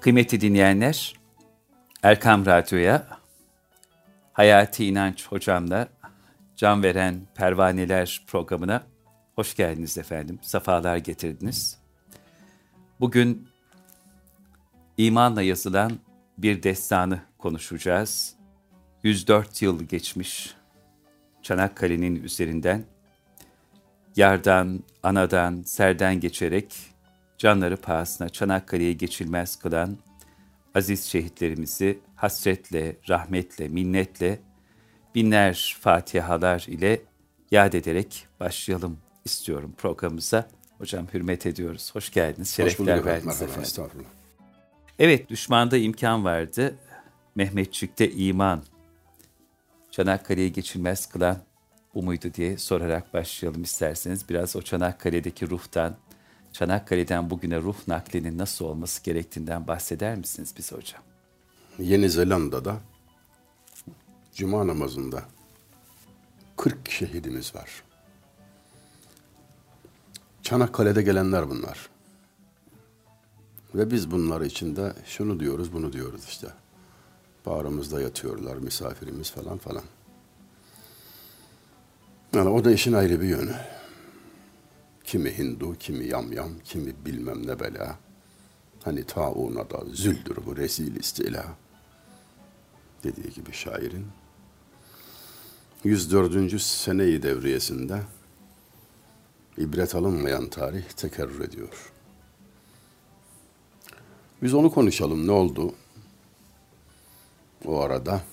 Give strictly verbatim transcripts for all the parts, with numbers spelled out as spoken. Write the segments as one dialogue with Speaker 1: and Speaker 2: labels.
Speaker 1: Kıymetli dinleyenler, Erkam Radyo'ya Hayati İnanç Hocam'la Can Veren Pervaneler programına hoş geldiniz efendim. Safalar getirdiniz. Bugün imanla yazılan bir destanı konuşacağız. yüz dört yıl geçmiş Çanakkale'nin üzerinden, yardan, anadan, serden geçerek canları pahasına Çanakkale'yi geçilmez kılan aziz şehitlerimizi hasretle, rahmetle, minnetle, binler fatihalar ile yad ederek başlayalım istiyorum programımıza. Hocam hürmet ediyoruz. Hoş geldiniz. Şerefler verdiniz efendim.
Speaker 2: Estağfurullah.
Speaker 1: Evet, düşmanda imkan vardı. Mehmetçik'te iman. Çanakkale'yi geçilmez kılan bu muydu diye sorarak başlayalım isterseniz. Biraz o Çanakkale'deki ruhtan, Çanakkale'den bugüne ruh naklinin nasıl olması gerektiğinden bahseder misiniz bize hocam?
Speaker 2: Yeni Zelanda'da Cuma namazında kırk şehidimiz var. Çanakkale'de gelenler bunlar. Ve biz bunlar için de şunu diyoruz, bunu diyoruz işte. Bağrımızda yatıyorlar, misafirimiz falan falan. Yani o da işin ayrı bir yönü. Kimi Hindu, kimi yamyam, kimi bilmem ne bela. Hani tauna da züldür bu rezil istila. Dediği gibi şairin. yüz dördüncü sene-i devriyesinde ibret alınmayan tarih tekerrür ediyor. Biz onu konuşalım. Ne oldu o arada?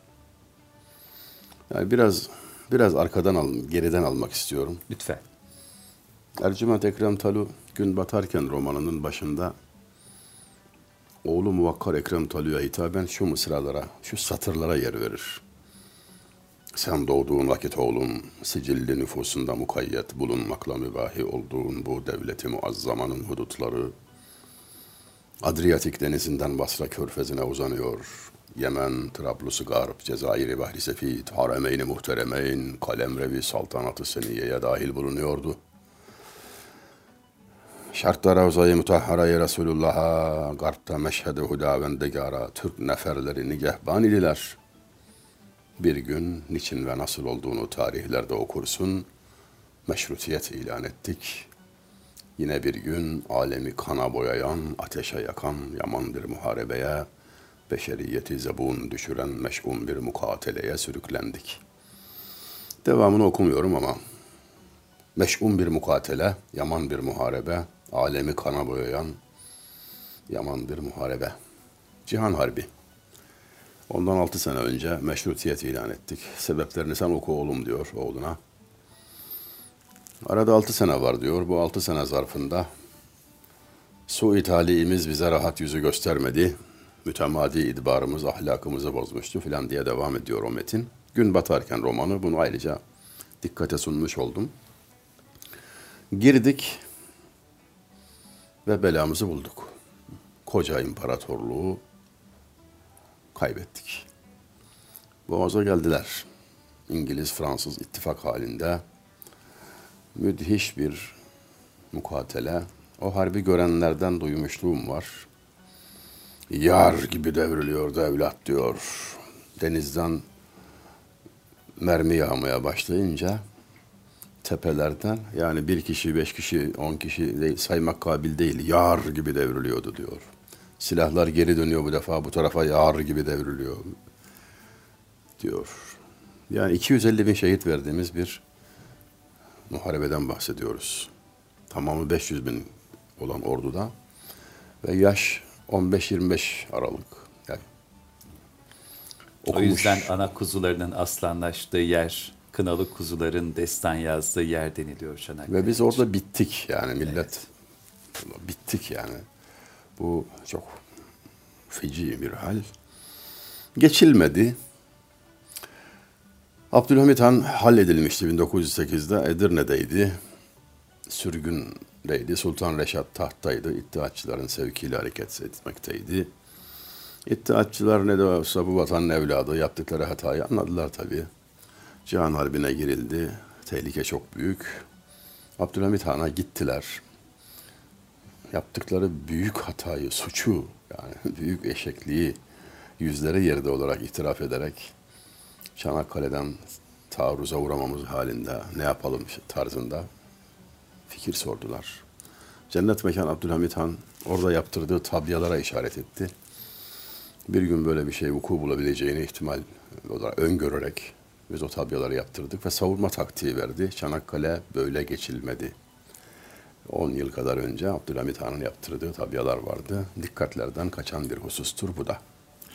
Speaker 2: Yani biraz biraz arkadan al, geriden almak istiyorum.
Speaker 1: Lütfen.
Speaker 2: Ercüment Ekrem Talu Gün Batarken romanının başında oğlu Muvakkar Ekrem Talu'ya hitaben şu mısralara, şu satırlara yer verir. Sen doğduğun vakit oğlum, sicilli nüfusunda mukayyet bulunmakla mübahi olduğun bu devleti muazzamanın hudutları, Adriyatik denizinden Basra körfezine uzanıyor. Yemen, Trablusu Garp, Cezayir-i Bahri Sefid, Haremeyn-i Muhteremeyn, Kalemrevi Saltanat-ı Seniyye'ye dahil bulunuyordu. Şartta Ravza-i Mutahhara-i Resulullah'a, Garp'ta Meşhed-i Hudavendegara, Türk neferleri nigehban idiler. Bir gün niçin ve nasıl olduğunu tarihlerde okursun, meşrutiyet ilan ettik. Yine bir gün alemi kana boyayan, ateşe yakan yaman bir muharebeye, beşeriyeti zebun düşüren meş'um bir mukateleye sürüklendik. Devamını okumuyorum ama meş'um bir mukatele, yaman bir muharebe, alemi kana boyayan yaman bir muharebe. Cihan Harbi. Ondan altı sene önce meşrutiyet ilan ettik. Sebeplerini sen oku oğlum diyor oğluna. Arada altı sene var diyor. Bu altı sene zarfında su italiğimiz bize rahat yüzü göstermedi. Mütemadi idbarımız ahlakımızı bozmuştu filan diye devam ediyor o metin. Gün batarken romanı bunu ayrıca dikkate sunmuş oldum. Girdik ve belamızı bulduk. Koca imparatorluğu kaybettik. Boğaz'a geldiler. İngiliz, Fransız ittifak halinde müthiş bir mukatele. O harbi görenlerden duymuşluğum var. Yar gibi devriliyordu evlat diyor. Denizden mermi yağmaya başlayınca tepelerden, yani bir kişi, beş kişi, on kişi değil, saymak kabil değil, yar gibi devriliyordu diyor. Silahlar geri dönüyor bu defa, bu tarafa yar gibi devriliyor diyor. Yani iki yüz elli bin şehit verdiğimiz bir muharebeden bahsediyoruz. Tamamı beş yüz bin olan orduda ve yaş on beş yirmi beş aralık. Yani
Speaker 1: okumuş. O yüzden ana kuzularının aslanlaştığı yer, kınalı kuzuların destan yazdığı yer deniliyor Çanakkale.
Speaker 2: Ve biz orada bittik yani millet. Evet. Bittik yani. Bu çok feci bir hal. Geçilmedi. Abdülhamit Han halledilmişti bin dokuz yüz sekizde. Edirne'deydi. Sürgündeydi. Sultan Reşat tahttaydı. İttihatçıların sevkiyle hareket etmekteydi. İttihatçılar ne de olsa bu vatanın evladı, yaptıkları hatayı anladılar tabii. Cihan Harbi'ne girildi. Tehlike çok büyük. Abdülhamit Han'a gittiler. yaptıkları büyük hatayı, suçu, yani büyük eşekliği yüzleri yerde olarak itiraf ederek Çanakkale'den taarruza uğramamız halinde ne yapalım tarzında fikir sordular. Cennet Mekan Abdülhamit Han orada yaptırdığı tabyalara işaret etti. Bir gün böyle bir şey vuku bulabileceğini ihtimal olarak öngörerek biz o tabyaları yaptırdık ve savunma taktiği verdi. Çanakkale böyle geçilmedi. on yıl kadar önce Abdülhamit Han'ın yaptırdığı tabyalar vardı. Dikkatlerden kaçan bir husustur bu da.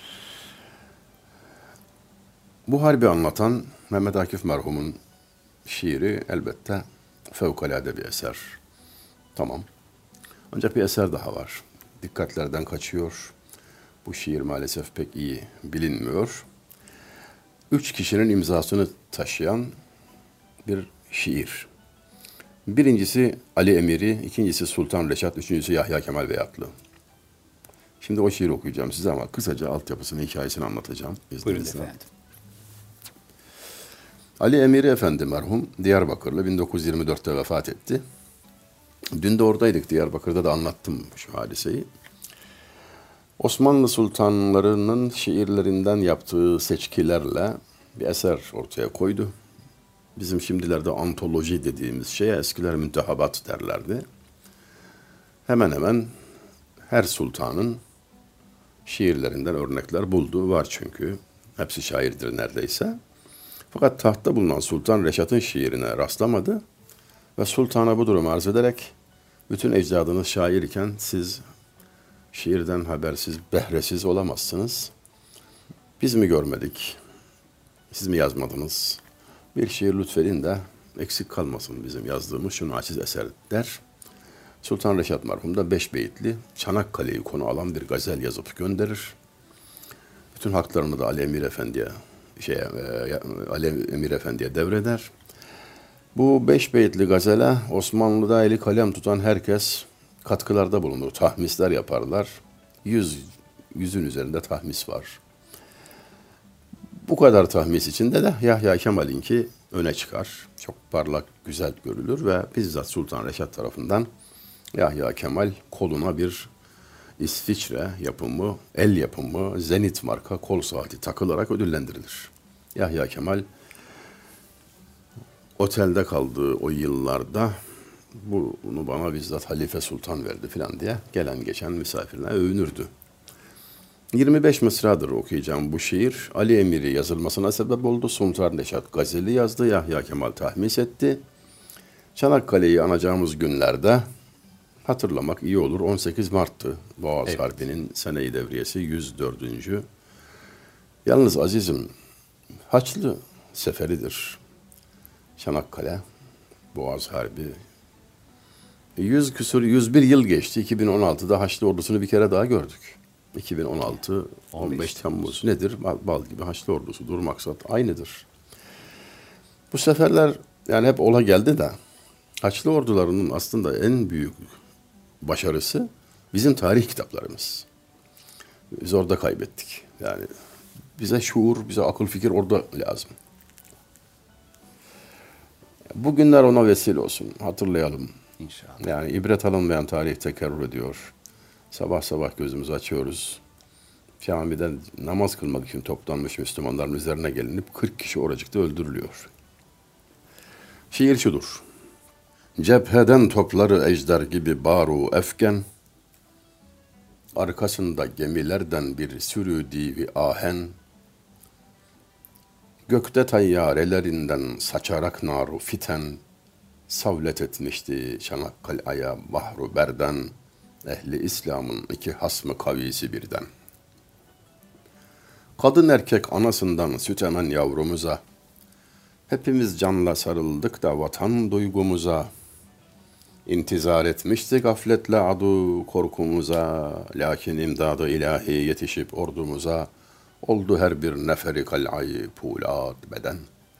Speaker 2: Bu harbi anlatan Mehmet Akif merhumun şiiri elbette fevkalade bir eser. Tamam. Ancak bir eser daha var. Dikkatlerden kaçıyor. Bu şiir maalesef pek iyi bilinmiyor. Üç kişinin imzasını taşıyan bir şiir. Birincisi Ali Emiri, ikincisi Sultan Reşat, üçüncüsü Yahya Kemal Beyatlı. Şimdi o şiiri okuyacağım size ama kısaca altyapısını, hikayesini anlatacağım.
Speaker 1: Buyurun efendim.
Speaker 2: Ali Emiri Efendi merhum Diyarbakırlı bin dokuz yüz yirmi dörtte vefat etti. Dün de oradaydık, Diyarbakır'da da anlattım şu hadiseyi. Osmanlı sultanlarının şiirlerinden yaptığı seçkilerle bir eser ortaya koydu. Bizim şimdilerde antoloji dediğimiz şeye eskiler müntehabat derlerdi. Hemen hemen her sultanın şiirlerinden örnekler buldu. Var çünkü. Hepsi şairdir neredeyse. Fakat tahtta bulunan Sultan Reşat'ın şiirine rastlamadı. Ve sultana bu durumu arz ederek bütün ecdadınız şair iken siz şiirden habersiz, behresiz olamazsınız. Biz mi görmedik? Siz mi yazmadınız? Bir şiir lütfedin de eksik kalmasın bizim yazdığımız şu naçiz eser der. Sultan Reşat merhum da beş beyitli Çanakkale'yi konu alan bir gazel yazıp gönderir. Bütün haklarını da Ali Emir Efendi'ye şeye, Ali Emir Efendi'ye devreder. Bu beş beyitli gazele Osmanlı'da eli kalem tutan herkes katkılarda bulunur, tahmisler yaparlar. Yüz, yüzün üzerinde tahmis var. Bu kadar tahmis içinde de Yahya Kemal'inki öne çıkar. Çok parlak, güzel görülür ve bizzat Sultan Reşat tarafından Yahya Kemal koluna bir İsviçre yapımı, el yapımı, Zenit marka kol saati takılarak ödüllendirilir. Yahya Kemal otelde kaldığı o yıllarda bunu bana bizzat Halife Sultan verdi filan diye gelen geçen misafirine övünürdü. yirmi beş mısradır okuyacağım bu şiir. Ali Emiri yazılmasına sebep oldu. Sultan Reşat gazeli yazdı. Yahya Kemal tahmis etti. Çanakkale'yi anacağımız günlerde hatırlamak iyi olur. on sekiz Mart'tı Boğaz evet. Harbi'nin sene-i devriyesi yüz dördüncü. Yalnız azizim, Haçlı seferidir. Çanakkale, Boğaz Harbi. yüz küsur, yüz bir yıl geçti. iki bin on altıda Haçlı ordusunu bir kere daha gördük. iki bin on altı, on beş Temmuz nedir? Bal, bal gibi Haçlı ordusudur, maksat aynıdır. Bu seferler yani hep ola geldi de Haçlı ordularının aslında en büyük başarısı bizim tarih kitaplarımız. Biz orada kaybettik. Yani bize şuur, bize akıl fikir orada lazım. Bugünler ona vesile olsun. Hatırlayalım.
Speaker 1: İnşallah.
Speaker 2: Yani ibret alınmayan tarih tekerrür ediyor. Sabah sabah gözümüzü açıyoruz. Camide namaz kılmak için toplanmış Müslümanların üzerine gelinip kırk kişi oracıkta öldürülüyor. Şiir şudur. Cepheden topları ejder gibi baru efken, arkasında gemilerden bir sürü divi ahen, gökte tayyarelerinden saçarak naru fiten, savlet etmişti Çanakkale'ye bahru berden, ehli İslam'ın iki hasmı kavisi birden. Kadın erkek anasından süt emen yavrumuza, hepimiz canla sarıldık da vatan duygumuza, İntizar etmişti gafletle adu korkumuza, lakin imdadı ilahi yetişip ordumuza, oldu her bir neferi kal'ayı pulat beden.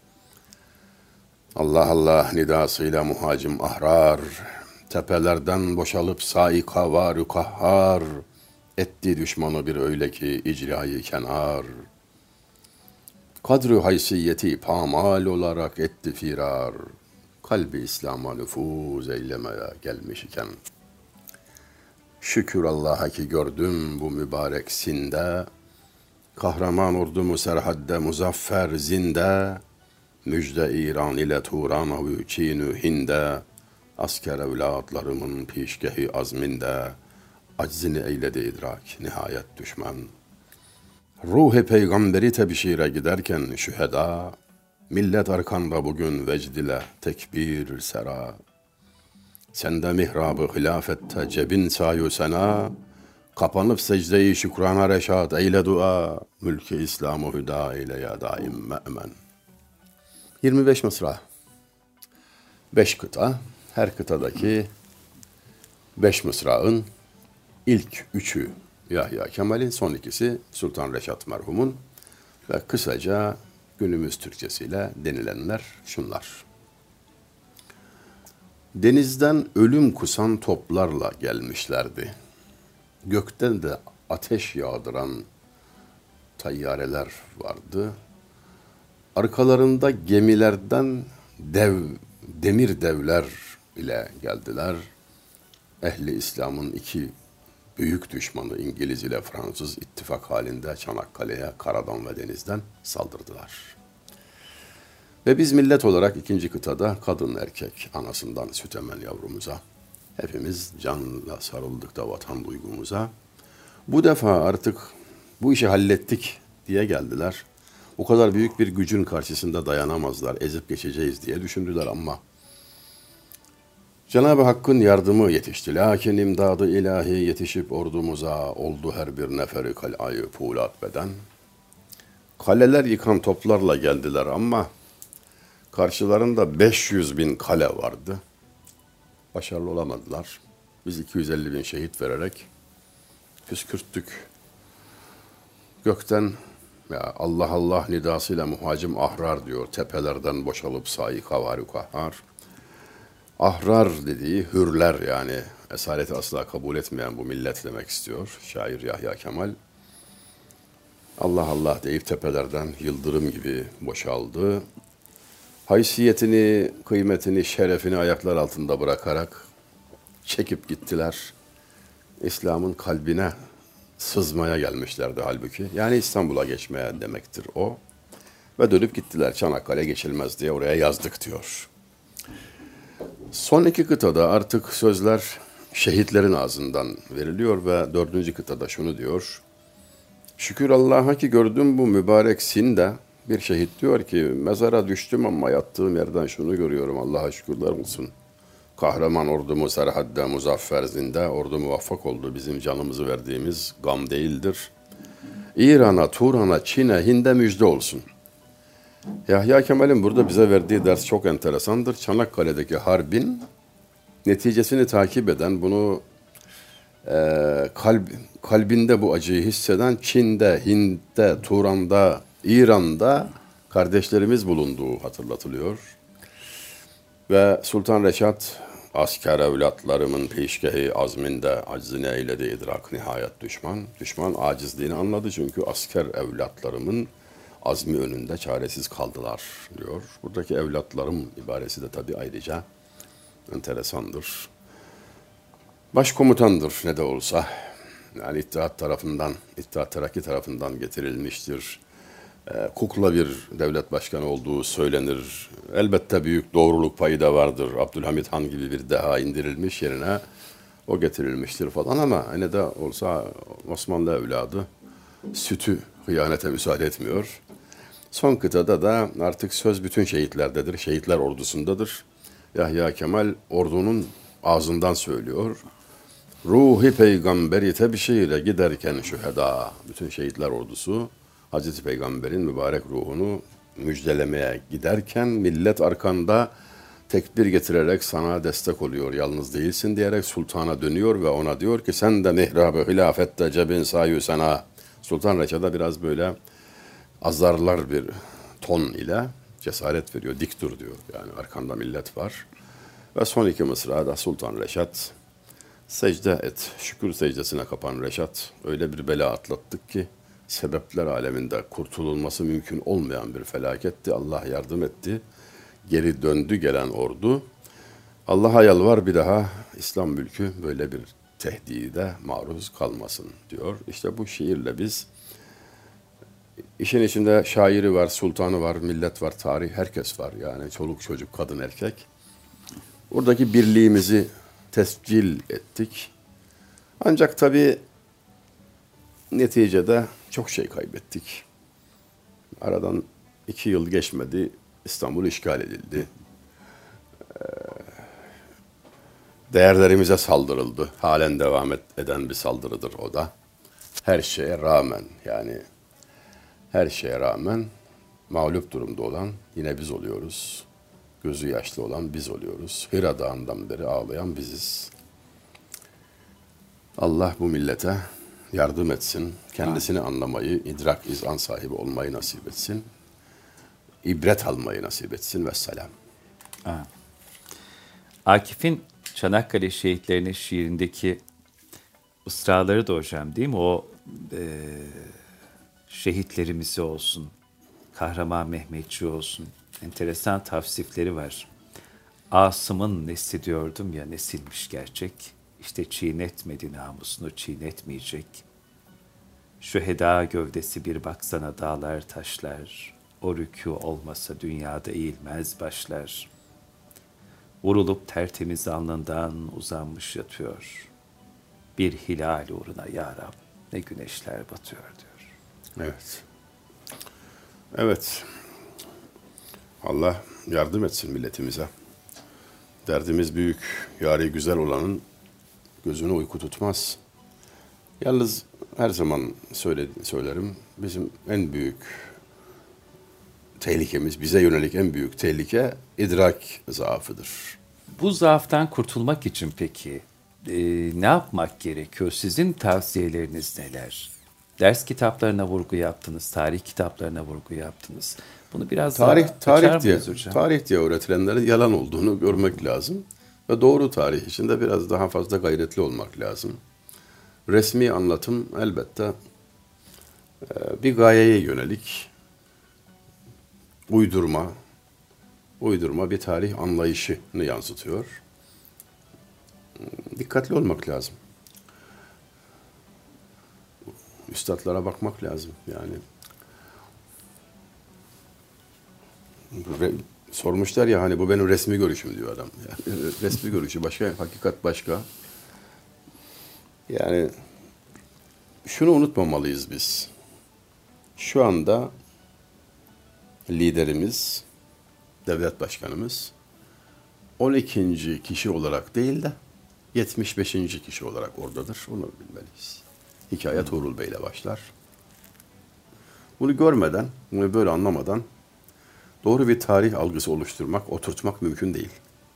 Speaker 2: Allah Allah nidasıyla muhacim ahrar, tepelerden boşalıp saika var kahhar, etti düşmanı bir öyle ki icrayı kenar. Kadri haysiyeti pamal olarak etti firar, kalbi İslam'a nüfuz eylemeye gelmiş iken. Şükür Allah'a ki gördüm bu mübarek sinde, kahraman ordumu serhadde muzaffer zinde, müjde İran ile Turan ve Çin-ü Hinde, asker evlatlarımın pişgehi azminde, aczini eyledi idrak nihayet düşman. Ruh-i peygamberi tebşire giderken şüheda, millet arkanda bugün vecd ile tekbir sera. Sende mihrabı hilafette cebin sayu sena, kapanıp secde-i şükrana reşat eyle dua, mülk-i İslam-ı hüda eyle ya daim me'men. yirmi beş mısra, beş kıta, her kıtadaki beş mısrağın ilk üçü Yahya Kemal'in, son ikisi Sultan Reşat merhumun ve kısaca günümüz Türkçesiyle denilenler şunlar. Denizden ölüm kusan toplarla gelmişlerdi. Gökten de ateş yağdıran tayyareler vardı. Arkalarında gemilerden dev, demir devler ile geldiler. Ehli İslam'ın iki büyük düşmanı İngiliz ile Fransız ittifak halinde Çanakkale'ye karadan ve denizden saldırdılar. Ve biz millet olarak ikinci kıtada kadın erkek anasından süt emen yavrumuza, hepimiz canla sarıldık da vatan duygumuza, bu defa artık bu işi hallettik diye geldiler. O kadar büyük bir gücün karşısında dayanamazlar, ezip geçeceğiz diye düşündüler ama Cenab-ı Hakk'ın yardımı yetişti. Lakin imdadı ilahi yetişip ordumuza oldu her bir neferi kal'ayı fulat beden. Kaleler yıkan toplarla geldiler ama karşılarında beş yüz bin kale vardı. Başarılı olamadılar. Biz iki yüz elli bin şehit vererek püskürttük. Gökten ya Allah Allah nidasıyla muhacim ahrar diyor. Tepelerden boşalıp sahi kavari kahhar. Ahrar dediği hürler, yani esareti asla kabul etmeyen bu millet demek istiyor şair Yahya Kemal. Allah Allah deyip tepelerden yıldırım gibi boşaldı. Haysiyetini, kıymetini, şerefini ayaklar altında bırakarak çekip gittiler. İslam'ın kalbine sızmaya gelmişlerdi halbuki. Yani İstanbul'a geçmeye demektir o. Ve dönüp gittiler. Çanakkale geçilmez diye oraya yazdık diyor. Son iki kıtada artık sözler şehitlerin ağzından veriliyor ve dördüncü kıtada şunu diyor. Şükür Allah'a ki gördüm bu mübarek sinde. Bir şehit diyor ki mezara düştüm ama yattığım yerden şunu görüyorum, Allah'a şükürler olsun. Kahraman ordumu serhadde muzaffer zinde, ordu muvaffak oldu, bizim canımızı verdiğimiz gam değildir. İran'a, Turan'a, Çin'e, Hind'e müjde olsun. Yahya Kemal'in burada bize verdiği ders çok enteresandır. Çanakkale'deki harbin neticesini takip eden, bunu e, kalb, kalbinde bu acıyı hisseden Çin'de, Hind'de, Turan'da, İran'da kardeşlerimiz bulunduğu hatırlatılıyor. Ve Sultan Reşat, asker evlatlarımın peşkehi azminde aczine eyledi idrak nihayet düşman. Düşman acizliğini anladı çünkü asker evlatlarımın azmi önünde çaresiz kaldılar diyor. Buradaki evlatlarım ibaresi de tabii ayrıca enteresandır. Başkomutandır ne de olsa. Yani İttihat tarafından, İttihat Terakki tarafından getirilmiştir. E, kukla bir devlet başkanı olduğu söylenir. Elbette büyük doğruluk payı da vardır. Abdülhamit Han gibi bir deha indirilmiş yerine o getirilmiştir falan ama ne de olsa Osmanlı evladı sütü hıyanete müsaade etmiyor. Son kıtada da artık söz bütün şehitlerdedir. Şehitler ordusundadır. Yahya Kemal ordunun ağzından söylüyor. Ruhi peygamberi tebşire giderken şüheda. Bütün şehitler ordusu Hazreti Peygamber'in mübarek ruhunu müjdelemeye giderken millet arkanda tekbir getirerek sana destek oluyor. Yalnız değilsin diyerek sultana dönüyor ve ona diyor ki sen de mihrabı hilafette cebin sayu sana. Sultan Reşat'a biraz böyle azarlar bir ton ile cesaret veriyor. Dik dur diyor. Yani arkanda millet var. Ve son iki mısrada Sultan Reşat secde et. Şükür secdesine kapan Reşat. Öyle bir bela atlattık ki sebepler aleminde kurtululması mümkün olmayan bir felaketti. Allah yardım etti. Geri döndü gelen ordu. Allah'a yalvar bir daha İslam mülkü böyle bir tehdide maruz kalmasın diyor. İşte bu şiirle biz, işin içinde şairi var, sultanı var, millet var, tarih, herkes var. Yani çoluk çocuk, kadın erkek. Oradaki birliğimizi tescil ettik. Ancak tabii neticede çok şey kaybettik. Aradan iki yıl geçmedi, İstanbul işgal edildi. Değerlerimize saldırıldı. Halen devam eden bir saldırıdır o da. Her şeye rağmen, yani her şeye rağmen mağlup durumda olan yine biz oluyoruz. Gözü yaşlı olan biz oluyoruz. Hira Dağı'ndan beri ağlayan biziz. Allah bu millete yardım etsin. Kendisini anlamayı, idrak, izan sahibi olmayı nasip etsin. İbret almayı nasip etsin. Vesselam.
Speaker 1: Ha. Akif'in Çanakkale şehitlerinin şiirindeki ısrarları da hocam, değil mi? O e, şehitlerimizi olsun, Kahraman Mehmetçi olsun, enteresan tavsifleri var. Asım'ın nesli diyordum ya, nesilmiş gerçek. İşte çiğnetmedi namusunu, çiğnetmeyecek. Şüheda gövdesi bir baksana dağlar taşlar. O rükû olmasa dünyada eğilmez başlar. Vurulup tertemiz alnından uzanmış yatıyor. Bir hilal uğruna ya Rab ne güneşler batıyor diyor.
Speaker 2: Evet. Evet. Allah yardım etsin milletimize. Derdimiz büyük. Yâri güzel olanın gözünü uyku tutmaz. Yalnız her zaman söyle, söylerim, bizim en büyük tehlikemiz, bize yönelik en büyük tehlike idrak zaafıdır.
Speaker 1: Bu zaaftan kurtulmak için peki e, ne yapmak gerekiyor? Sizin tavsiyeleriniz neler? Ders kitaplarına vurgu yaptınız, tarih kitaplarına vurgu yaptınız. Bunu biraz
Speaker 2: tarih,
Speaker 1: daha
Speaker 2: tarih
Speaker 1: açar
Speaker 2: diye,
Speaker 1: mıyız hocam?
Speaker 2: tarih diye öğretilenlerin yalan olduğunu görmek lazım. Ve doğru tarih için de biraz daha fazla gayretli olmak lazım. Resmi anlatım elbette e, bir gayeye yönelik uydurma, uydurma bir tarih anlayışını yansıtıyor. Dikkatli olmak lazım. Üstadlara bakmak lazım. Yani re, sormuşlar ya, hani bu benim resmi görüşüm diyor adam. Yani resmi görüşü başka, hakikat başka. Yani şunu unutmamalıyız biz. Şu anda liderimiz, devlet başkanımız on ikinci kişi olarak değil de yetmiş beşinci kişi olarak oradadır. Onu bilmeliyiz. Hikaye Tuğrul Bey ile başlar. Bunu görmeden, bunu böyle anlamadan doğru bir tarih algısı oluşturmak, oturtmak mümkün değil.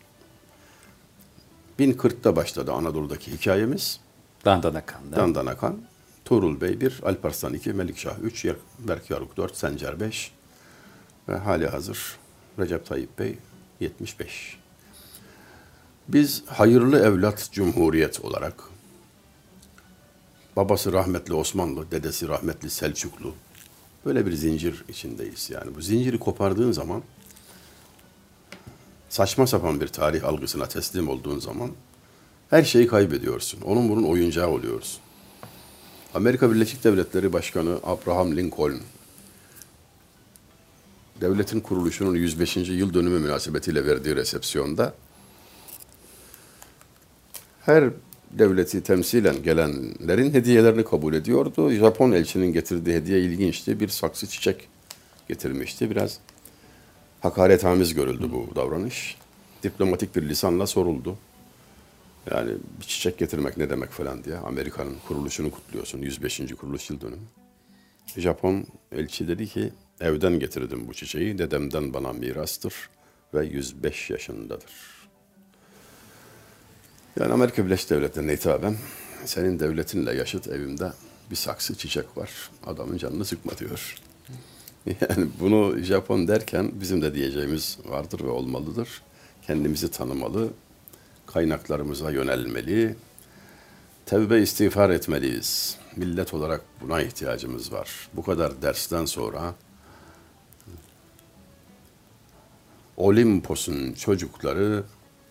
Speaker 2: bin kırkta başladı Anadolu'daki hikayemiz.
Speaker 1: Dandanakan'da.
Speaker 2: Dandanakan. Tuğrul Bey bir, Alparslan iki, Melikşah üç, Berk Yaruk dört, Sencer beş ve hali hazır Recep Tayyip Bey yetmiş beş. Biz hayırlı evlat cumhuriyet olarak, babası rahmetli Osmanlı, dedesi rahmetli Selçuklu, böyle bir zincir içindeyiz. Yani bu zinciri kopardığın zaman, saçma sapan bir tarih algısına teslim olduğun zaman her şeyi kaybediyorsun. Onun bunun oyuncağı oluyorsun. Amerika Birleşik Devletleri Başkanı Abraham Lincoln, devletin kuruluşunun yüz beşinci yıl dönümü münasebetiyle verdiği resepsiyonda her devleti temsilen gelenlerin hediyelerini kabul ediyordu. Japon elçinin getirdiği hediye ilginçti. Bir saksı çiçek getirmişti. Biraz hakaretamiz görüldü bu davranış. Diplomatik bir lisanla soruldu. Yani bir çiçek getirmek ne demek falan diye. Amerika'nın kuruluşunu kutluyorsun. yüz beşinci kuruluş yıl dönümü. Japon elçi dedi ki, evden getirdim bu çiçeği. Dedemden bana mirastır ve yüz beş yaşındadır. Yani Amerika Birleşik Devletleri'ne hitaben, senin devletinle yaşıt evimde bir saksı çiçek var. Adamın canını sıkma diyor. Yani bunu Japon derken bizim de diyeceğimiz vardır ve olmalıdır. Kendimizi tanımalı, kaynaklarımıza yönelmeli, tevbe istiğfar etmeliyiz. Millet olarak buna ihtiyacımız var. Bu kadar dersten sonra Olimpos'un çocukları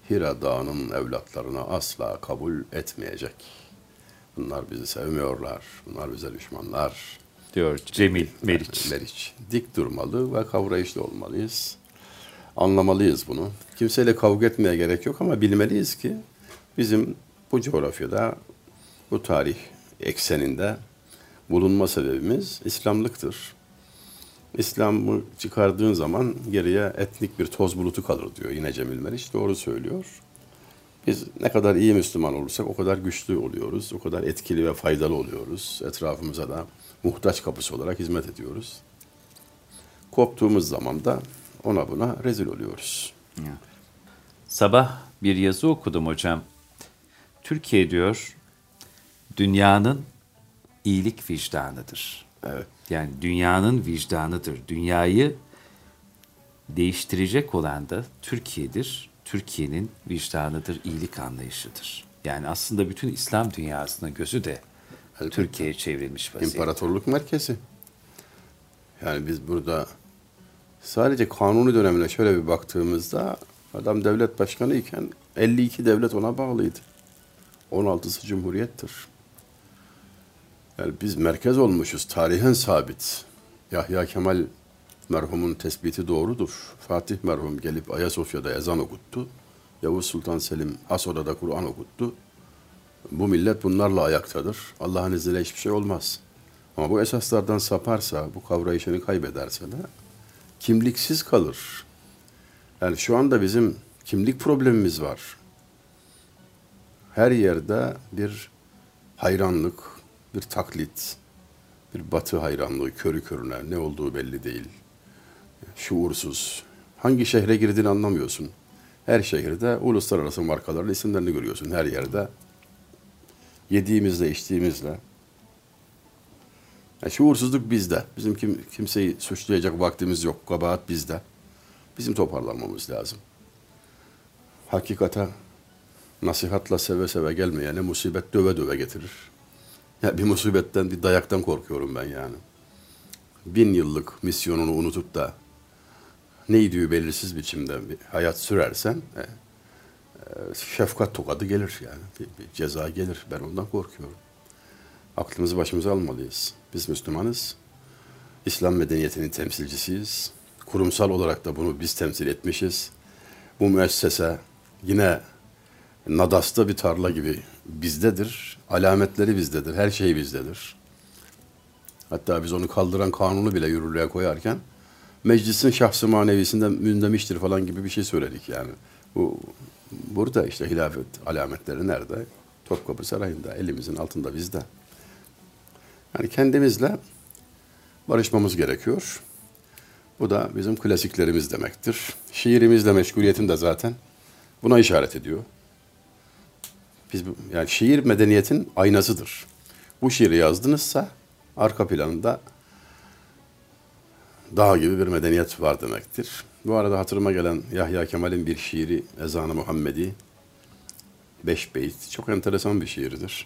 Speaker 2: Hira Dağı'nın evlatlarını asla kabul etmeyecek. Bunlar bizi sevmiyorlar, bunlar bize düşmanlar.
Speaker 1: Diyor Cemil Meriç.
Speaker 2: Meriç. Dik durmalı ve kavrayışlı olmalıyız. Anlamalıyız bunu. Kimseyle kavga etmeye gerek yok ama bilmeliyiz ki bizim bu coğrafyada, bu tarih ekseninde bulunma sebebimiz İslamlıktır. İslam'ı çıkardığın zaman geriye etnik bir toz bulutu kalır diyor yine Cemil Meriç. Doğru söylüyor. Biz ne kadar iyi Müslüman olursak o kadar güçlü oluyoruz, o kadar etkili ve faydalı oluyoruz. Etrafımıza da muhtaç kapısı olarak hizmet ediyoruz. Koptuğumuz zaman da ona buna rezil oluyoruz.
Speaker 1: Sabah bir yazı okudum hocam. Türkiye diyor, dünyanın iyilik vicdanıdır.
Speaker 2: Evet.
Speaker 1: Yani dünyanın vicdanıdır. Dünyayı değiştirecek olan da Türkiye'dir. Türkiye'nin vicdanıdır, iyilik anlayışıdır. Yani aslında bütün İslam dünyasının gözü de
Speaker 2: Elbette.
Speaker 1: Türkiye'ye çevrilmiş vaziyette.
Speaker 2: İmparatorluk merkezi. Yani biz burada sadece kanuni dönemine şöyle bir baktığımızda adam devlet başkanı iken elli iki devlet ona bağlıydı. on altısı cumhuriyettir. Yani biz merkez olmuşuz. Tarihen sabit. Yahya Kemal merhumun tespiti doğrudur. Fatih merhum gelip Ayasofya'da ezan okuttu. Yavuz Sultan Selim Hasoda'da Kur'an okuttu. Bu millet bunlarla ayaktadır. Allah'ın izniyle hiçbir şey olmaz. Ama bu esaslardan saparsa, bu kavrayışını kaybederse de kimliksiz kalır. Yani şu anda bizim kimlik problemimiz var. Her yerde bir hayranlık, bir taklit, bir batı hayranlığı körü körüne, ne olduğu belli değil. Şuursuz. Hangi şehre girdiğini anlamıyorsun. Her şehirde uluslararası markaların isimlerini görüyorsun her yerde. Yediğimizle, içtiğimizle. Yani şuursuzluk bizde. Bizim kim, kimseyi suçlayacak vaktimiz yok. Kabahat bizde. Bizim toparlanmamız lazım. Hakikate nasihatla seve seve gelmeyene musibet döve döve getirir. Ya bir musibetten, bir dayaktan korkuyorum ben yani. Bin yıllık misyonunu unutup da neydi belirsiz biçimde bir hayat sürersen e, e, şefkat tokadı gelir yani. Bir, bir ceza gelir. Ben ondan korkuyorum. Aklımızı başımıza almalıyız. Biz Müslümanız. İslam medeniyetinin temsilcisiyiz. Kurumsal olarak da bunu biz temsil etmişiz. Bu müessese yine Nadas'ta bir tarla gibi bizdedir. Alametleri bizdedir. Her şey bizdedir. Hatta biz onu kaldıran kanunu bile yürürlüğe koyarken meclisin şahsı manevisinden mündemiştir falan gibi bir şey söyledik yani. Bu burada işte hilafet alametleri nerede? Topkapı Sarayı'nda, elimizin altında bizde. Yani kendimizle barışmamız gerekiyor. Bu da bizim klasiklerimiz demektir. Şiirimizle meşguliyetim de zaten buna işaret ediyor. Biz yani şiir medeniyetin aynasıdır. Bu şiiri yazdınızsa arka planında dağ gibi bir medeniyet var demektir. Bu arada hatırıma gelen Yahya Kemal'in bir şiiri Ezan-ı Muhammedi. Beş beyt. Çok enteresan bir şiirdir.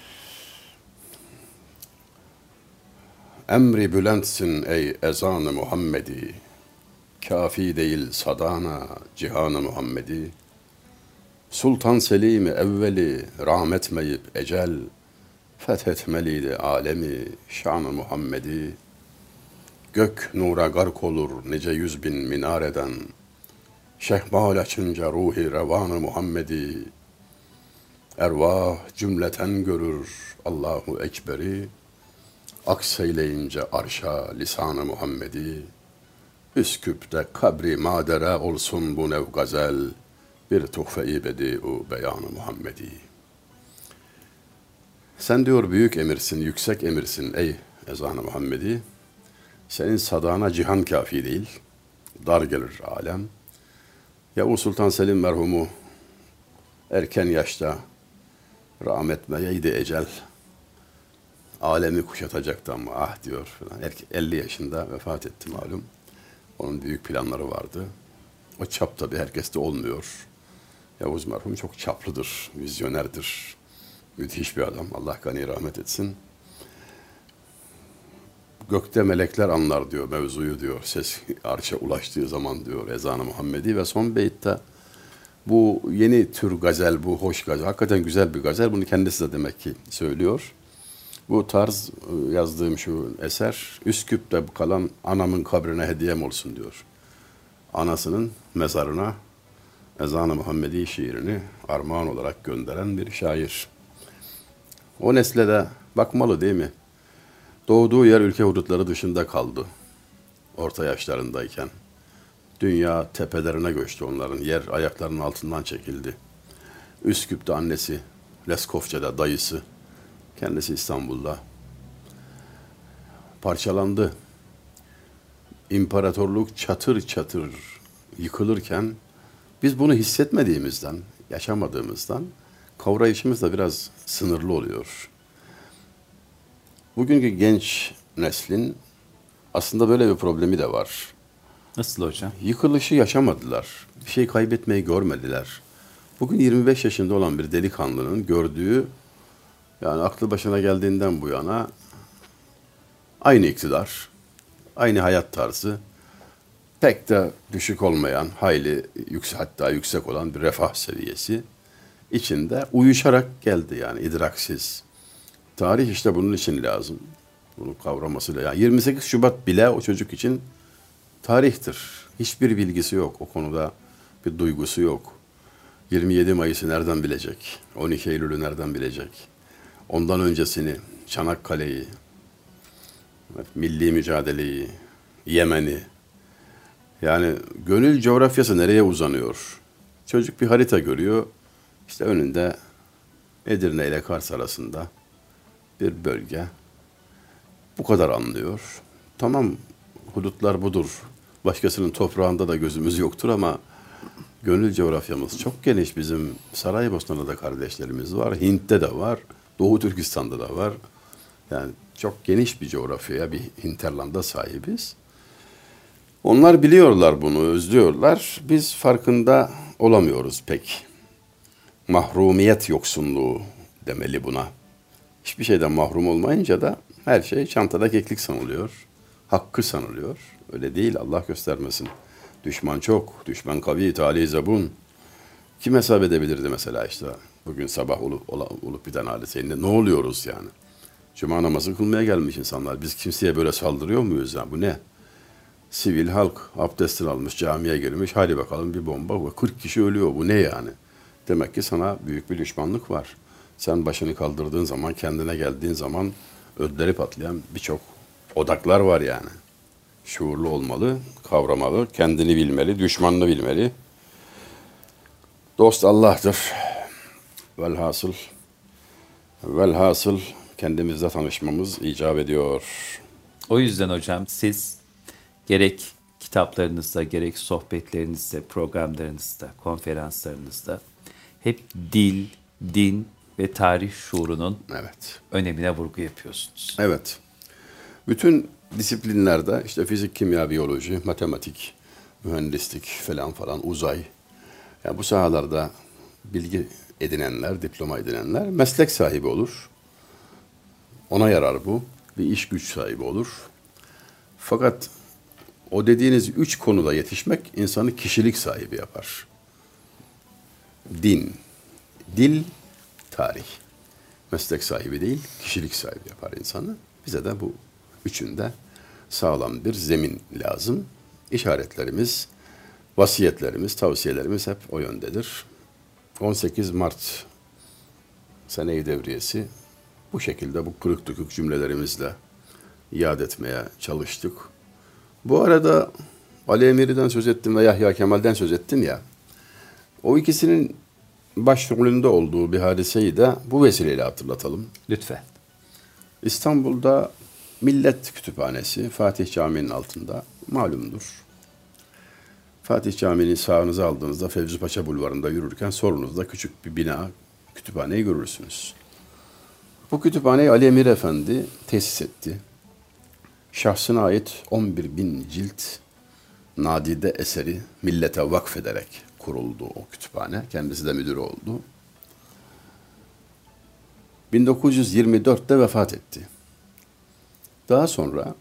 Speaker 2: Emri bülentsin ey ezan-ı Muhammedi. Kafi değil sadana cihan-ı Muhammedi. Sultan Selim-i evveli rahmetmeyip ecel. Fethetmeliydi alemi şan-ı Muhammedi. Gök nura gark olur nice yüz bin minareden. Şehbal açınca ruhi revan-ı Muhammedi. Ervah cümleten görür Allahu Ekber'i. Akseyleyince arşa lisan-ı Muhammedi. Üsküp'te kabri madere olsun bu nev gazel. Bir tuhfe-i bedi'u beyan-ı Muhammedi. Sen diyor büyük emirsin, yüksek emirsin ey ezan-ı Muhammedi. Senin sadana cihan kafi değil. Dar gelir alem. Yavuz Sultan Selim merhumu erken yaşta rahmetmeyeydi ecel. Alemi kuşatacaktı ama ah diyor falan. elli yaşında vefat etti malum. Onun büyük planları vardı. O çap tabii herkeste olmuyor. Yavuz merhum çok çaplıdır, vizyonerdir. Müthiş bir adam. Allah gani rahmet etsin. Gökte melekler anlar diyor mevzuyu diyor. Ses arşa ulaştığı zaman diyor ezan-ı Muhammedi ve son beytte Bu yeni tür gazel, bu hoş gazel, hakikaten güzel bir gazel. Bunu kendisi de demek ki söylüyor. Bu tarz yazdığım şu eser, Üsküp'te kalan anamın kabrine hediyem olsun diyor. Anasının mezarına Ezan-ı Muhammedi şiirini armağan olarak gönderen bir şair. O nesle de bakmalı değil mi? Doğduğu yer ülke hudutları dışında kaldı. Orta yaşlarındayken. Dünya tepelerine göçtü onların. Yer ayaklarının altından çekildi. Üsküp'te annesi, Leskovça'da dayısı, kendisi İstanbul'da. Parçalandı. İmparatorluk çatır çatır yıkılırken biz bunu hissetmediğimizden, yaşamadığımızdan kavrayışımız da biraz sınırlı oluyor. Bugünkü genç neslin aslında böyle bir problemi de var.
Speaker 1: Nasıl hocam?
Speaker 2: Yıkılışı yaşamadılar. Bir şey kaybetmeyi görmediler. Bugün yirmi beş yaşında olan bir delikanlının gördüğü, yani aklı başına geldiğinden bu yana aynı iktidar, aynı hayat tarzı, pek de düşük olmayan, hayli yüksek, hatta yüksek olan bir refah seviyesi içinde uyuşarak geldi, yani idraksiz. Tarih işte bunun için lazım. Bunu kavraması lazım. Yani yirmi sekiz Şubat bile o çocuk için tarihtir. Hiçbir bilgisi yok. O konuda bir duygusu yok. yirmi yedi Mayıs'ı nereden bilecek? on iki Eylül'ü nereden bilecek? Ondan öncesini, Çanakkale'yi, milli mücadeleyi, Yemen'i, yani gönül coğrafyası nereye uzanıyor? Çocuk bir harita görüyor. İşte önünde Edirne ile Kars arasında bir bölge. Bu kadar anlıyor. Tamam, hudutlar budur. Başkasının toprağında da gözümüz yoktur ama gönül coğrafyamız çok geniş. Bizim Saraybosna'da da kardeşlerimiz var. Hint'te de var. Doğu Türkistan'da da var. Yani çok geniş bir coğrafyaya, bir hinterlanda sahibiz. Onlar biliyorlar bunu, özlüyorlar. Biz farkında olamıyoruz pek. Mahrumiyet yoksunluğu demeli buna. Hiçbir şeyden mahrum olmayınca da her şey çantada keklik sanılıyor. Hakkı sanılıyor. Öyle değil, Allah göstermesin. Düşman çok, düşman kavi, tali zabun. Kim hesap edebilirdi mesela işte bugün sabah olup, olup biten hadiseyle ne oluyoruz yani? Cuma namazı kılmaya gelmiş insanlar. Biz kimseye böyle saldırıyor muyuz ya? Bu ne? Sivil halk abdestini almış, camiye girmiş. Hadi bakalım bir bomba. kırk kişi ölüyor. Bu ne yani? Demek ki sana büyük bir düşmanlık var. Sen başını kaldırdığın zaman, kendine geldiğin zaman ödleri patlayan birçok odaklar var yani. Şuurlu olmalı, kavramalı, kendini bilmeli, düşmanını bilmeli. Dost Allah'tır. Velhasıl, velhasıl kendimizle tanışmamız icap ediyor.
Speaker 1: O yüzden hocam siz gerek kitaplarınızda, gerek sohbetlerinizde, programlarınızda, konferanslarınızda hep dil, din ve tarih şuurunun
Speaker 2: Evet.
Speaker 1: önemine vurgu yapıyorsunuz.
Speaker 2: Evet. Bütün disiplinlerde işte fizik, kimya, biyoloji, matematik, mühendislik falan falan, uzay. Yani bu sahalarda bilgi edinenler, diploma edinenler meslek sahibi olur. Ona yarar bu. Bir iş güç sahibi olur. Fakat o dediğiniz üç konuda yetişmek insanı kişilik sahibi yapar. Din, dil, tarih. Meslek sahibi değil, kişilik sahibi yapar insanı. Bize de bu üçünde sağlam bir zemin lazım. İşaretlerimiz, vasiyetlerimiz, tavsiyelerimiz hep o yöndedir. on sekiz Mart Sene-i Devriyesi bu şekilde bu kırık dökük cümlelerimizle yad etmeye çalıştık. Bu arada Ali Emiri'den söz ettim ve Yahya Kemal'den söz ettim ya. O ikisinin başrolünde olduğu bir hadiseyi de bu vesileyle hatırlatalım.
Speaker 1: Lütfen.
Speaker 2: İstanbul'da Millet Kütüphanesi Fatih Camii'nin altında malumdur. Fatih Camii'ni sağınıza aldığınızda Fevzi Paşa Bulvarı'nda yürürken solunuzda küçük bir bina, kütüphaneyi görürsünüz. Bu kütüphaneyi Ali Emir Efendi tesis etti. Şahsına ait on bir bin cilt nadide eseri millete vakfederek kuruldu o kütüphane. Kendisi de müdürü oldu. bin dokuz yüz yirmi dörtte vefat etti. Daha sonra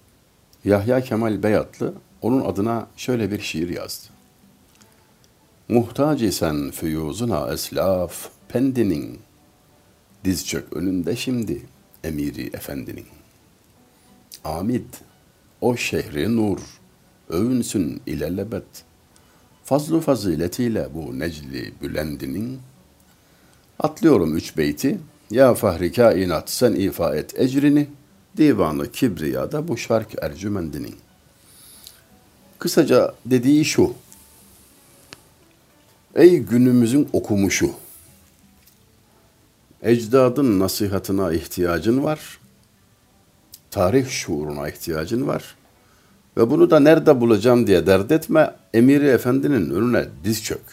Speaker 2: Yahya Kemal Beyatlı onun adına şöyle bir şiir yazdı. Muhtaç isen füyuzuna eslaf pendinin, diz çök önünde şimdi emiri efendinin. Amid, o şehri nur, övünsün ilelebet, fazlu faziletiyle bu necli bülendinin. Atlıyorum üç beyti, ya fahri kainat sen ifa et ecrini, divanı kibriyada bu şark ercümendinin. Kısaca dediği şu, ey günümüzün okumuşu, ecdadın nasihatına ihtiyacın var, tarih şuuruna ihtiyacın var ve bunu da nerede bulacağım diye dert etme, Emiri Efendi'nin önüne diz çök.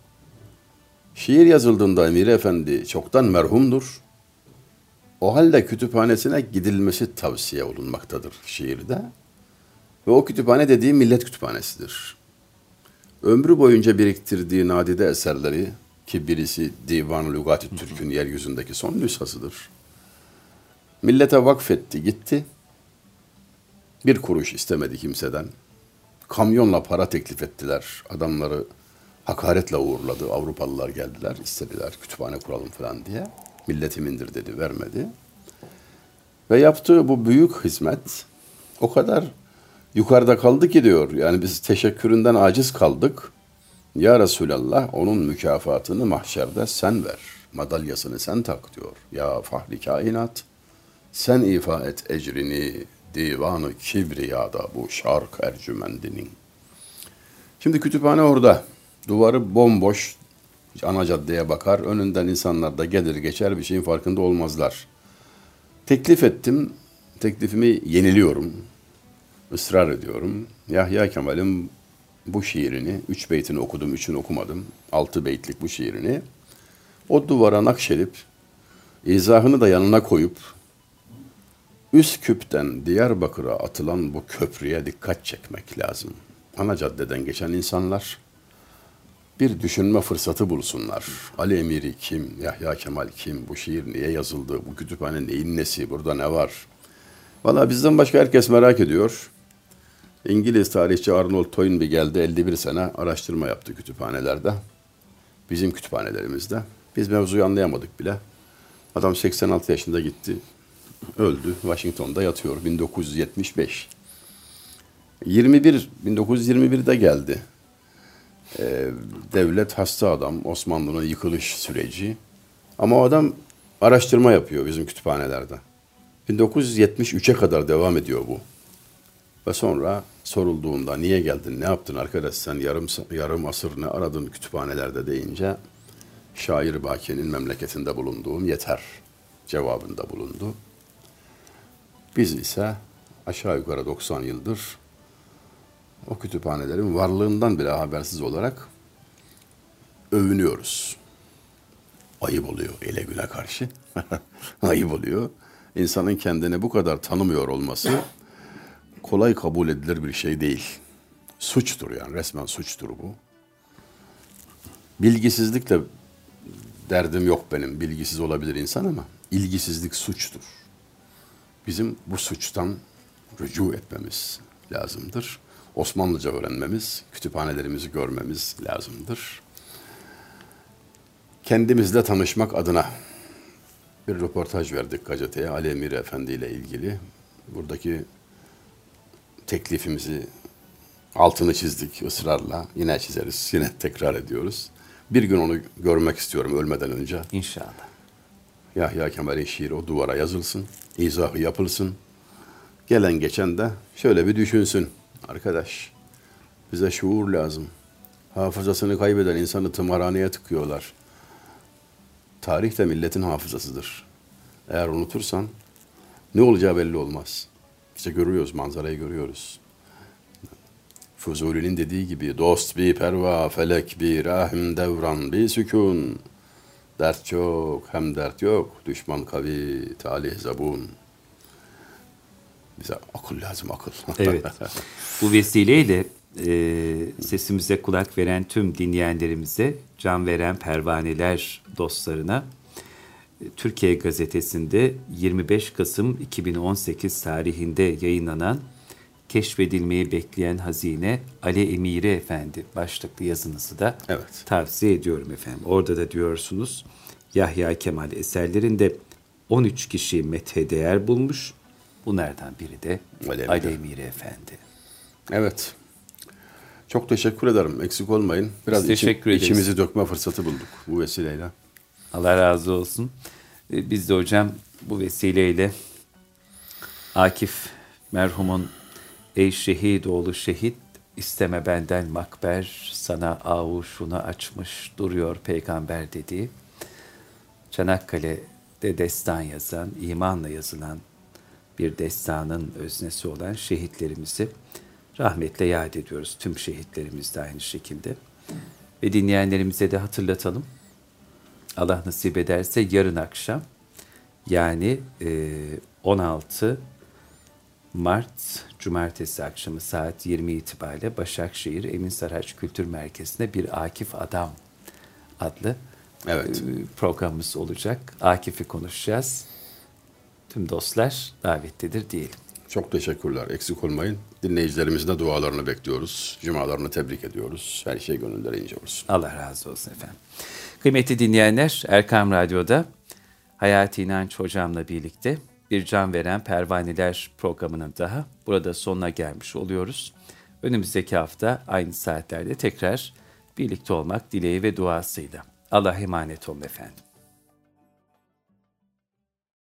Speaker 2: Şiir yazıldığında Emiri Efendi çoktan merhumdur. O halde kütüphanesine gidilmesi tavsiye olunmaktadır şiirde. Ve o kütüphane dediği millet kütüphanesidir. Ömrü boyunca biriktirdiği nadide eserleri, ki birisi Divan-ı Lügat-ı Türk'ün yeryüzündeki son nüshasıdır, millete vakfetti, gitti. Bir kuruş istemedi kimseden. Kamyonla para teklif ettiler. Adamları hakaretle uğurladı. Avrupalılar geldiler, istediler kütüphane kuralım falan diye. Milletimindir dedi, vermedi. Ve yaptığı bu büyük hizmet o kadar yukarıda kaldı ki diyor. Yani biz teşekküründen aciz kaldık. Ya Resulallah, onun mükafatını mahşerde sen ver. Madalyasını sen tak diyor. Ya fahri kainat, sen ifa et ecrini, divanı kibriyada bu şark ercümendinin. Şimdi kütüphane orada. Duvarı bomboş. Ana caddeye bakar. Önünden insanlar da gelir geçer, bir şeyin farkında olmazlar. Teklif ettim. Teklifimi yeniliyorum. Israr ediyorum. Yahya Kemal'in bu şiirini, üç beytini okudum, üçünü okumadım. Altı beytlik bu şiirini o duvara nakşedip, izahını da yanına koyup, Üsküp'ten Diyarbakır'a atılan bu köprüye dikkat çekmek lazım. Ana caddeden geçen insanlar bir düşünme fırsatı bulsunlar. Ali Emiri kim, Yahya Kemal kim, bu şiir niye yazıldı, bu kütüphane neyin nesi, burada ne var? Vallahi bizden başka herkes merak ediyor. İngiliz tarihçi Arnold Toynbee geldi, elli bir sene araştırma yaptı kütüphanelerde. Bizim kütüphanelerimizde. Biz mevzuyu anlayamadık bile. Adam seksen altı yaşında gitti, öldü. Washington'da yatıyor, bin dokuz yüz yetmiş beş. yirmi bir, bin dokuz yüz yirmi bir'de geldi. Ee, devlet hasta adam, Osmanlı'nın yıkılış süreci. Ama o adam araştırma yapıyor bizim kütüphanelerde. bin dokuz yüz yetmiş üç'e kadar devam ediyor bu. Ve sonra sorulduğunda niye geldin, ne yaptın arkadaş sen yarım, yarım asır ne aradın kütüphanelerde deyince şair Baki'nin memleketinde bulunduğum yeter cevabında bulundu. Biz ise aşağı yukarı doksan yıldır o kütüphanelerin varlığından bile habersiz olarak övünüyoruz. Ayıp oluyor ele güne karşı. Ayıp oluyor. İnsanın kendini bu kadar tanımıyor olması kolay kabul edilir bir şey değil. Suçtur yani, resmen suçtur bu. Bilgisizlikle derdim yok benim. Bilgisiz olabilir insan ama ilgisizlik suçtur. Bizim bu suçtan rücu etmemiz lazımdır. Osmanlıca öğrenmemiz, kütüphanelerimizi görmemiz lazımdır. Kendimizle tanışmak adına bir röportaj verdik gazeteye Ali Emiri Efendi ile ilgili. Buradaki teklifimizi altını çizdik ısrarla. Yine çizeriz, yine tekrar ediyoruz. Bir gün onu görmek istiyorum ölmeden önce.
Speaker 1: İnşallah.
Speaker 2: Yahya Kemal'in şiiri o duvara yazılsın, izahı yapılsın. Gelen geçen de şöyle bir düşünsün. Arkadaş, bize şuur lazım. Hafızasını kaybeden insanı tımarhaneye tıkıyorlar. Tarih de milletin hafızasıdır. Eğer unutursan ne olacağı belli olmaz. İşte görüyoruz, manzarayı görüyoruz. Fuzuli'nin dediği gibi dost bir perva, felek bir rahim devran bir sükun. Dert çok hem dert yok, düşman kavi, talih zabun. Bize akıl lazım, akıl.
Speaker 1: Evet. Bu vesileyle e, sesimize kulak veren tüm dinleyenlerimize, can veren pervaneler dostlarına, Türkiye Gazetesi'nde yirmi beş Kasım iki bin on sekiz tarihinde yayınlanan keşfedilmeyi bekleyen hazine Ali Emiri Efendi başlıklı yazınızı da
Speaker 2: Evet.
Speaker 1: tavsiye ediyorum efendim. Orada da diyorsunuz Yahya Kemal eserlerinde on üç kişi methe değer bulmuş. Bunlardan biri de
Speaker 2: Ali
Speaker 1: Ali
Speaker 2: Emiri.
Speaker 1: Emiri Efendi.
Speaker 2: Evet. Çok teşekkür ederim. Eksik olmayın. Biraz
Speaker 1: Biz teşekkür
Speaker 2: içi-
Speaker 1: ederiz.
Speaker 2: içimizi dökme fırsatı bulduk bu vesileyle.
Speaker 1: Allah razı olsun. Ee, Biz de hocam bu vesileyle Akif merhumun ey şehit oğlu şehit isteme benden makber sana avuşunu açmış duruyor peygamber dediği Çanakkale'de destan yazan, imanla yazılan bir destanın öznesi olan şehitlerimizi rahmetle yad ediyoruz. Tüm şehitlerimiz de aynı şekilde. Ve dinleyenlerimize de hatırlatalım. Allah nasip ederse yarın akşam yani e, on altı Mart Cumartesi akşamı saat yirmi itibariyle Başakşehir Emin Saraç Kültür Merkezi'nde bir Akif Adam adlı
Speaker 2: Evet.
Speaker 1: e, programımız olacak. Akif'i konuşacağız. Tüm dostlar davetlidir diyelim.
Speaker 2: Çok teşekkürler. Eksik olmayın. Dinleyicilerimizin de dualarını bekliyoruz. Cumalarını tebrik ediyoruz. Her şey gönüllerince olsun.
Speaker 1: Allah razı olsun efendim. Kıymetli dinleyenler, Erkam Radyo'da Hayati İnanç hocamla birlikte bir can veren pervaneler programının daha burada sonuna gelmiş oluyoruz. Önümüzdeki hafta aynı saatlerde tekrar birlikte olmak dileği ve duasıyla. Allah'a emanet olun efendim.